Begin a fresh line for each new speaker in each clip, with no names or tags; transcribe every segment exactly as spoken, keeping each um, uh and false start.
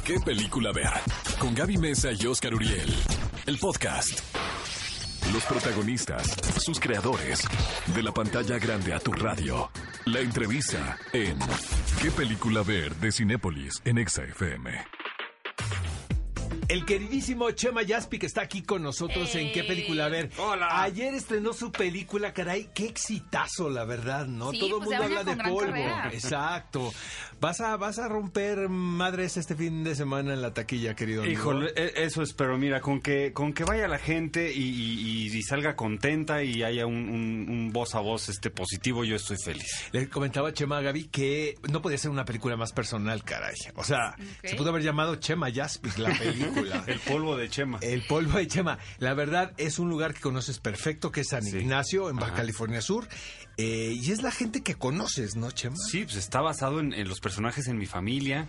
¿Qué película ver? Con Gaby Mesa y Oscar Uriel. El podcast. Los protagonistas, sus creadores. De la pantalla grande a tu radio. La entrevista en ¿Qué película ver? De Cinépolis en Exa F M.
El queridísimo Chema Yaspi, que está aquí con nosotros
hey.
en ¿Qué película ver?
Hola.
Ayer estrenó su película, caray, qué exitazo, la verdad, ¿no?
Sí,
Todo el
pues
mundo habla de polvo.
Carrera.
Exacto. Vas a, vas a romper madres este fin de semana en la taquilla, querido amigo.
Híjole, eso espero. Mira, con que con que vaya la gente y, y, y salga contenta y haya un, un, un voz a voz este positivo, yo estoy feliz.
Le comentaba a Chema a Gaby que no podía ser una película más personal, caray. O sea,
okay.
se pudo haber llamado Chema Yaspi la película.
El polvo de Chema.
El polvo de Chema. La verdad, es un lugar que conoces perfecto, que es San
Sí.
Ignacio, en Baja
Ajá.
California Sur. Eh, y es la gente que conoces, ¿no, Chema?
Sí, pues está basado en, en los personajes en mi familia.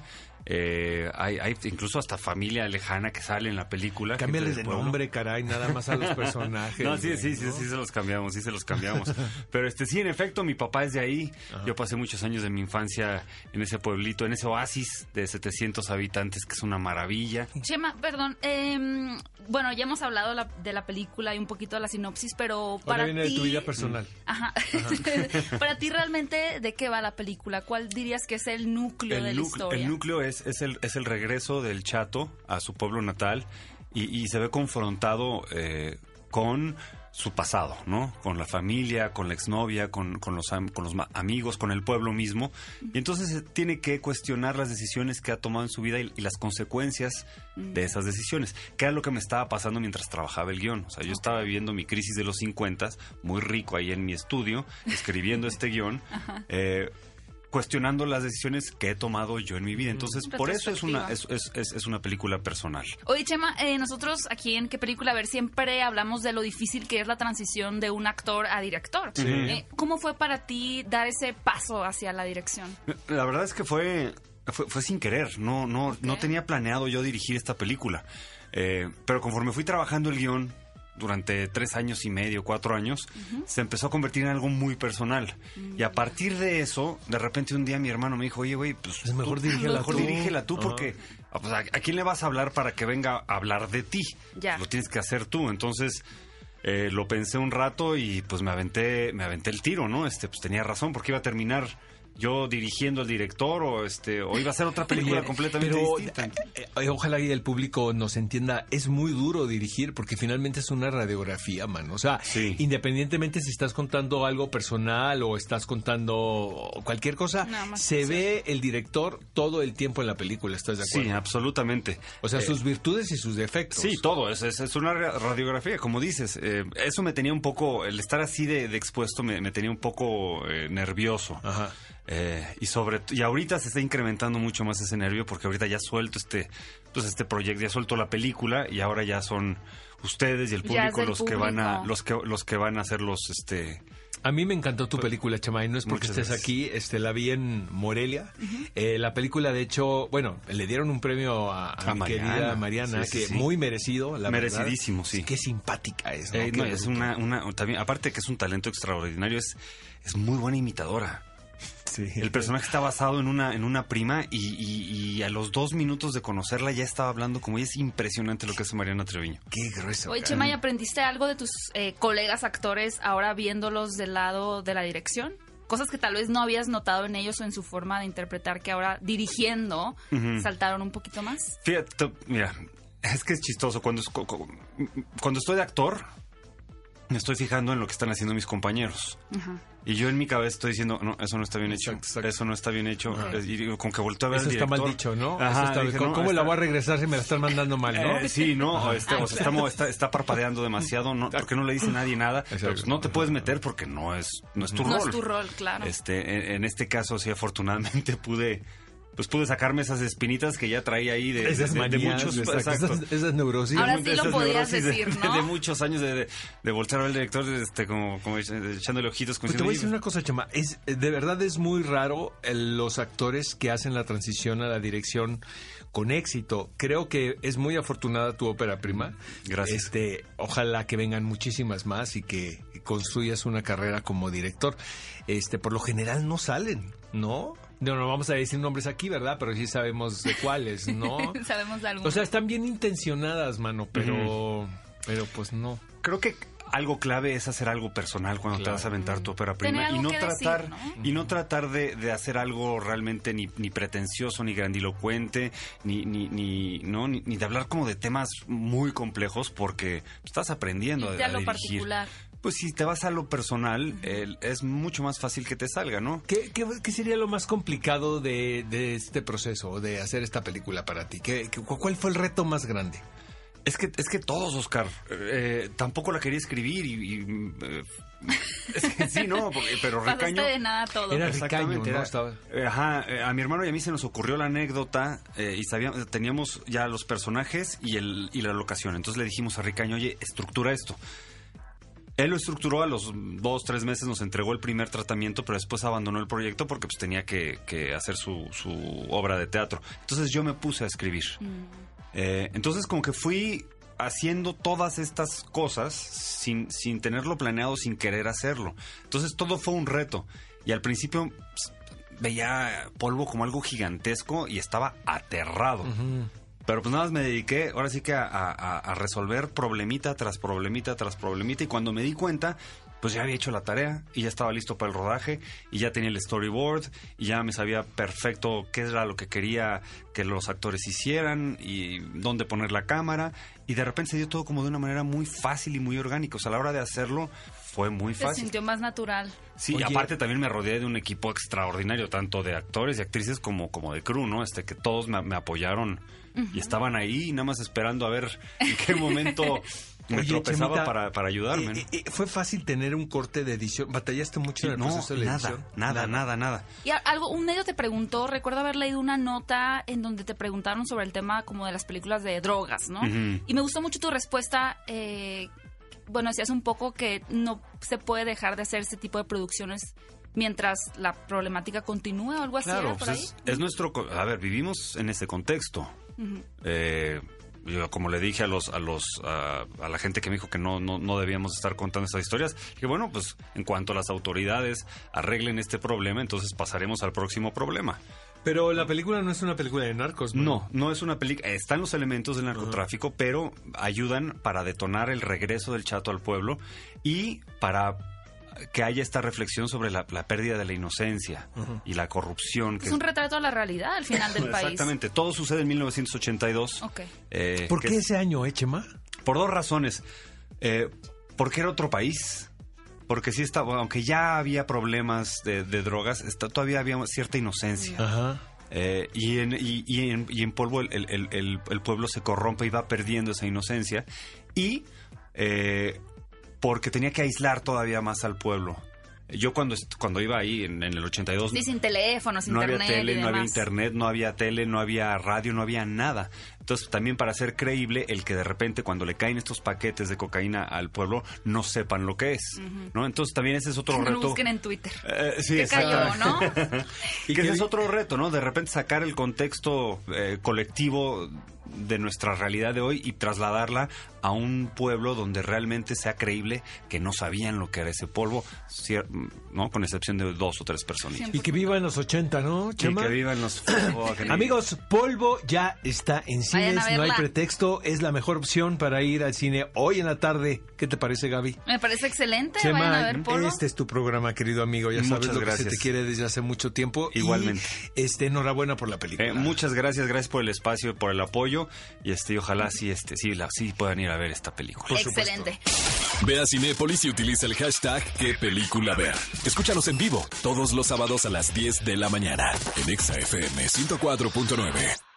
Eh, hay, hay incluso hasta familia lejana que sale en la película.
Cámbiales de
gente del pueblo.
nombre, caray, nada más a los personajes.
No, sí,
güey,
sí, sí,
¿no?
sí, se los cambiamos, sí se los cambiamos. Pero este sí, en efecto, mi papá es de ahí.
Ajá.
Yo pasé muchos años de mi infancia en ese pueblito, en ese oasis de setecientos habitantes, que es una maravilla.
Chema, perdón, eh, bueno, ya hemos hablado la, de la película y un poquito de la sinopsis, pero para
Ahora viene
ti...
de tu vida personal.
Ajá. Para ti realmente, ¿de qué va la película? ¿Cuál dirías que es el núcleo
El,
de la
núcleo,
historia?
el núcleo es, es, el, es el regreso del Chato a su pueblo natal y, y se ve confrontado eh, con su pasado, ¿no? Con la familia, con la exnovia, con, con, los, am- con los ma- amigos, con el pueblo mismo. Y entonces eh, tiene que cuestionar las decisiones que ha tomado en su vida y, y las consecuencias de esas decisiones, que era lo que me estaba pasando mientras trabajaba el guión. O sea, yo estaba viviendo mi crisis de los cincuenta, muy rico ahí en mi estudio, escribiendo este guión, eh, cuestionando las decisiones que he tomado yo en mi vida. Entonces, por eso es una, es, es, es, es una película personal.
Oye, Chema, eh, nosotros aquí en ¿Qué película? A ver, siempre hablamos de lo difícil que es la transición de un actor a director.
Sí.
Eh, ¿Cómo fue para ti dar ese paso hacia la dirección?
La verdad es que fue, fue, fue sin querer. No, no,
Ok.
no tenía planeado yo dirigir esta película. Eh, pero conforme fui trabajando el guión durante tres años y medio, cuatro años, uh-huh. se empezó a convertir en algo muy personal. Uh-huh. Y a partir de eso, de repente un día mi hermano me dijo, oye, güey, pues
es mejor
tú,
dirígela
mejor
tú,
dirígela tú
uh-huh.
porque pues, ¿a, ¿a quién le vas a hablar para que venga a hablar de ti?
Ya.
Lo tienes que hacer tú. Entonces... Eh, lo pensé un rato y pues me aventé me aventé el tiro, ¿no? Este, pues tenía razón, porque iba a terminar yo dirigiendo al director o este o iba a ser otra película
Oye,
completamente
pero,
distinta.
eh, eh, ojalá y el público nos entienda, es muy duro dirigir porque finalmente es una radiografía, man. O sea,
Sí.
independientemente si estás contando algo personal o estás contando cualquier cosa,
Nada más,
se
sí.
ve el director todo el tiempo en la película, ¿estás de acuerdo?
Sí, absolutamente.
O sea,
Eh,
sus virtudes y sus defectos.
Sí, todo, es, es, es una ra- radiografía, como dices. Eh, eso me tenía un poco, el estar así de, de expuesto me, me tenía un poco eh, nervioso.
Ajá.
Eh, y sobre y ahorita se está incrementando mucho más ese nervio porque ahorita ya suelto este pues este proyecto, ya suelto la película y ahora ya son ustedes y el
Ya es
público
del
los que van a
público.
los que los que van a hacer los este
A mí me encantó tu película, Chema, y no es porque
Muchas
estés
gracias.
aquí, este, la vi en Morelia. Eh, la película, de hecho, bueno, le dieron un premio a, a
A
mi
Mariana.
querida Mariana,
Sí, sí,
que
sí.
muy merecido, la
Merecidísimo,
verdad.
sí.
Qué simpática es, ¿no?
eh,
Qué
no, es
bruto.
una una también aparte que es un talento extraordinario, es es muy buena imitadora.
Sí.
El personaje está basado en una en una prima y, y, y a los dos minutos de conocerla ya estaba hablando como ella. Es impresionante lo que hace Mariana Treviño.
Qué grueso.
Oye,
cara.
Chema, ¿y aprendiste algo de tus eh, colegas actores ahora viéndolos del lado de la dirección? Cosas que tal vez no habías notado en ellos o en su forma de interpretar, que ahora dirigiendo
Ujú.
saltaron un poquito más.
Fíjate, tú, mira, es que es chistoso. Cuando, es- cu- cu- cuando estoy de actor, me estoy fijando en lo que están haciendo mis compañeros.
Ajá.
Y yo en mi cabeza estoy diciendo, no, eso no está bien hecho.
Exacto, exacto.
Eso no está bien hecho.
Ajá.
Y digo, con que volteo a ver
Eso
al
está
director.
mal dicho, ¿no?
Ajá,
Eso está-
dije,
¿Cómo,
no,
cómo
está-
la voy a regresar si me la están mandando mal, no?
Eh, sí, no, o, este, o sea, estamos, está, está parpadeando demasiado, no, porque no le dice nadie nada. Pero, pues, no te puedes meter porque no es, no es tu
No
rol.
es tu rol, claro.
Este, en, en este caso, sí, afortunadamente pude, pues pude sacarme esas espinitas que ya traía ahí de,
Esas
de- de, de
manías,
muchos,
exacto,
exacto.
esas, esas neurosis.
Ahora
De
sí lo
esas
podías
neurosis de-
decir, ¿no?
De, muchos años de, de, de voltear al director, este, como, como echándole ojitos. Como
Pues te voy a
diciendo,
decir una cosa, Chema. Es, de verdad es muy raro el- los actores que hacen la transición a la dirección con éxito. Creo que es muy afortunada tu ópera prima.
Gracias.
Este, ojalá que vengan muchísimas más y que construyas una carrera como director. Este, por lo general no salen, ¿no? No, no vamos a decir nombres aquí, ¿verdad? Pero sí sabemos de cuáles, ¿no?
Sabemos de algunos.
O sea, están bien intencionadas, mano, pero, uh-huh. pero pues no.
Creo que algo clave es hacer algo personal cuando claro. te vas a aventar tu ópera prima y no tratar
decir, ¿no?
y no tratar de, de hacer algo realmente ni, ni pretencioso, ni grandilocuente, ni ni ni no ni, ni de hablar como de temas muy complejos porque estás aprendiendo a, a
lo
dirigir.
Particular.
Pues si te vas a lo personal, eh, es mucho más fácil que te salga, ¿no?
¿Qué, qué, qué sería lo más complicado de, de este proceso, de hacer esta película para ti? ¿Qué, qué, ¿Cuál fue el reto más grande?
Es que es que todos, Oscar. Eh, tampoco la quería escribir y... y eh, es que sí, no, pero Ricaño...
Pasaste de nada todo.
Era Ricaño, ¿no?
Era,
Estaba...
eh, ajá, eh, a mi hermano y a mí se nos ocurrió la anécdota eh, y sabíamos, teníamos ya los personajes y, el, y la locación. Entonces le dijimos a Ricaño, oye, estructura esto. Él lo estructuró, a los dos, tres meses nos entregó el primer tratamiento, pero después abandonó el proyecto porque pues tenía que, que hacer su, su obra de teatro. Entonces yo me puse a escribir. Mm. Eh, entonces como que fui haciendo todas estas cosas sin, sin tenerlo planeado, sin querer hacerlo. Entonces todo fue un reto. Y al principio pues, veía Polvo como algo gigantesco y estaba aterrado. Uh-huh. Pero pues nada más me dediqué, ahora sí que a, a, a resolver problemita tras problemita tras problemita. Y cuando me di cuenta, pues ya había hecho la tarea y ya estaba listo para el rodaje y ya tenía el storyboard y ya me sabía perfecto qué era lo que quería que los actores hicieran y dónde poner la cámara. Y de repente se dio todo como de una manera muy fácil y muy orgánica. O sea, a la hora de hacerlo fue muy fácil.
Se sintió más natural.
Sí, y aparte también me rodeé de un equipo extraordinario, tanto de actores y actrices como, como de crew, ¿no? Este, que todos me, me apoyaron uh-huh. y estaban ahí nada más esperando a ver en qué momento... Me Oye, tropezaba Chemita, para, para ayudarme.
Eh, eh, ¿Fue fácil tener un corte de edición? ¿Batallaste mucho en el
no,
proceso de
nada,
edición?
Nada, nada, nada.
Y algo, un medio te preguntó, recuerdo haber leído una nota en donde te preguntaron sobre el tema como de las películas de drogas, ¿no? Uh-huh. Y me gustó mucho tu respuesta. Eh, bueno, decías un poco que no se puede dejar de hacer este tipo de producciones mientras la problemática continúe o algo así.
Claro,
¿era por
pues
ahí?
Es, es nuestro... A ver, vivimos en ese contexto. Uh-huh. Eh... Yo, como le dije a los a los a, a la gente que me dijo que no, no no debíamos estar contando estas historias, que bueno, pues en cuanto las autoridades arreglen este problema, entonces pasaremos al próximo problema.
Pero la película no es una película de narcos, ¿no?
No, no es una película. Están los elementos del narcotráfico, uh-huh. pero ayudan para detonar el regreso del Chato al pueblo y para que haya esta reflexión sobre la, la pérdida de la inocencia uh-huh. y la corrupción.
Es
que
un retrato a la realidad al final del país.
Exactamente. Todo sucede en mil novecientos ochenta y dos.
Okay.
Eh, ¿Por qué ese año, eh, Chema?
Por dos razones. Eh, porque era otro país. Porque sí estaba, aunque ya había problemas de, de drogas, está, todavía había cierta inocencia.
Ajá.
Eh, y, en, y, y, en, y en Polvo el, el, el, el pueblo se corrompe y va perdiendo esa inocencia. Y... Eh, porque tenía que aislar todavía más al pueblo. Yo cuando, cuando iba ahí en, en el ochenta y dos...
Sí, sin teléfonos,
no
internet
había tele,
y
no había
demás.
internet, no había tele, no había radio, no había nada. Entonces, también para hacer creíble el que de repente cuando le caen estos paquetes de cocaína al pueblo, no sepan lo que es, uh-huh. ¿no? Entonces, también ese es otro
que
reto.
No lo busquen en Twitter.
Eh, sí,
¿Qué cayó, no?
Y que ese es otro reto, ¿no? De repente sacar el contexto eh, colectivo de nuestra realidad de hoy y trasladarla a un pueblo donde realmente sea creíble que no sabían lo que era ese polvo, ¿no? Con excepción de dos o tres personas.
Y que viva en los ochenta, ¿no, Chema?
Y que viva en los...
Amigos, Polvo ya está en cines, no hay pretexto, es la mejor opción para ir al cine hoy en la tarde. ¿Qué te parece, Gaby?
Me parece excelente,
Chema,
vayan a ver Polvo.
Este es tu programa, querido amigo, ya
muchas
sabes lo
gracias.
que se te quiere desde hace mucho tiempo.
Igualmente.
Y, este, enhorabuena por la película.
Eh, muchas gracias, gracias por el espacio, por el apoyo. Y este, ojalá sí, este, sí, la, sí puedan ir a ver esta película.
Por Excelente.
Supuesto. Ve a Cinépolis y utiliza el hashtag qué película ver. Escúchanos en vivo todos los sábados a las diez de la mañana en Exa F M ciento cuatro punto nueve.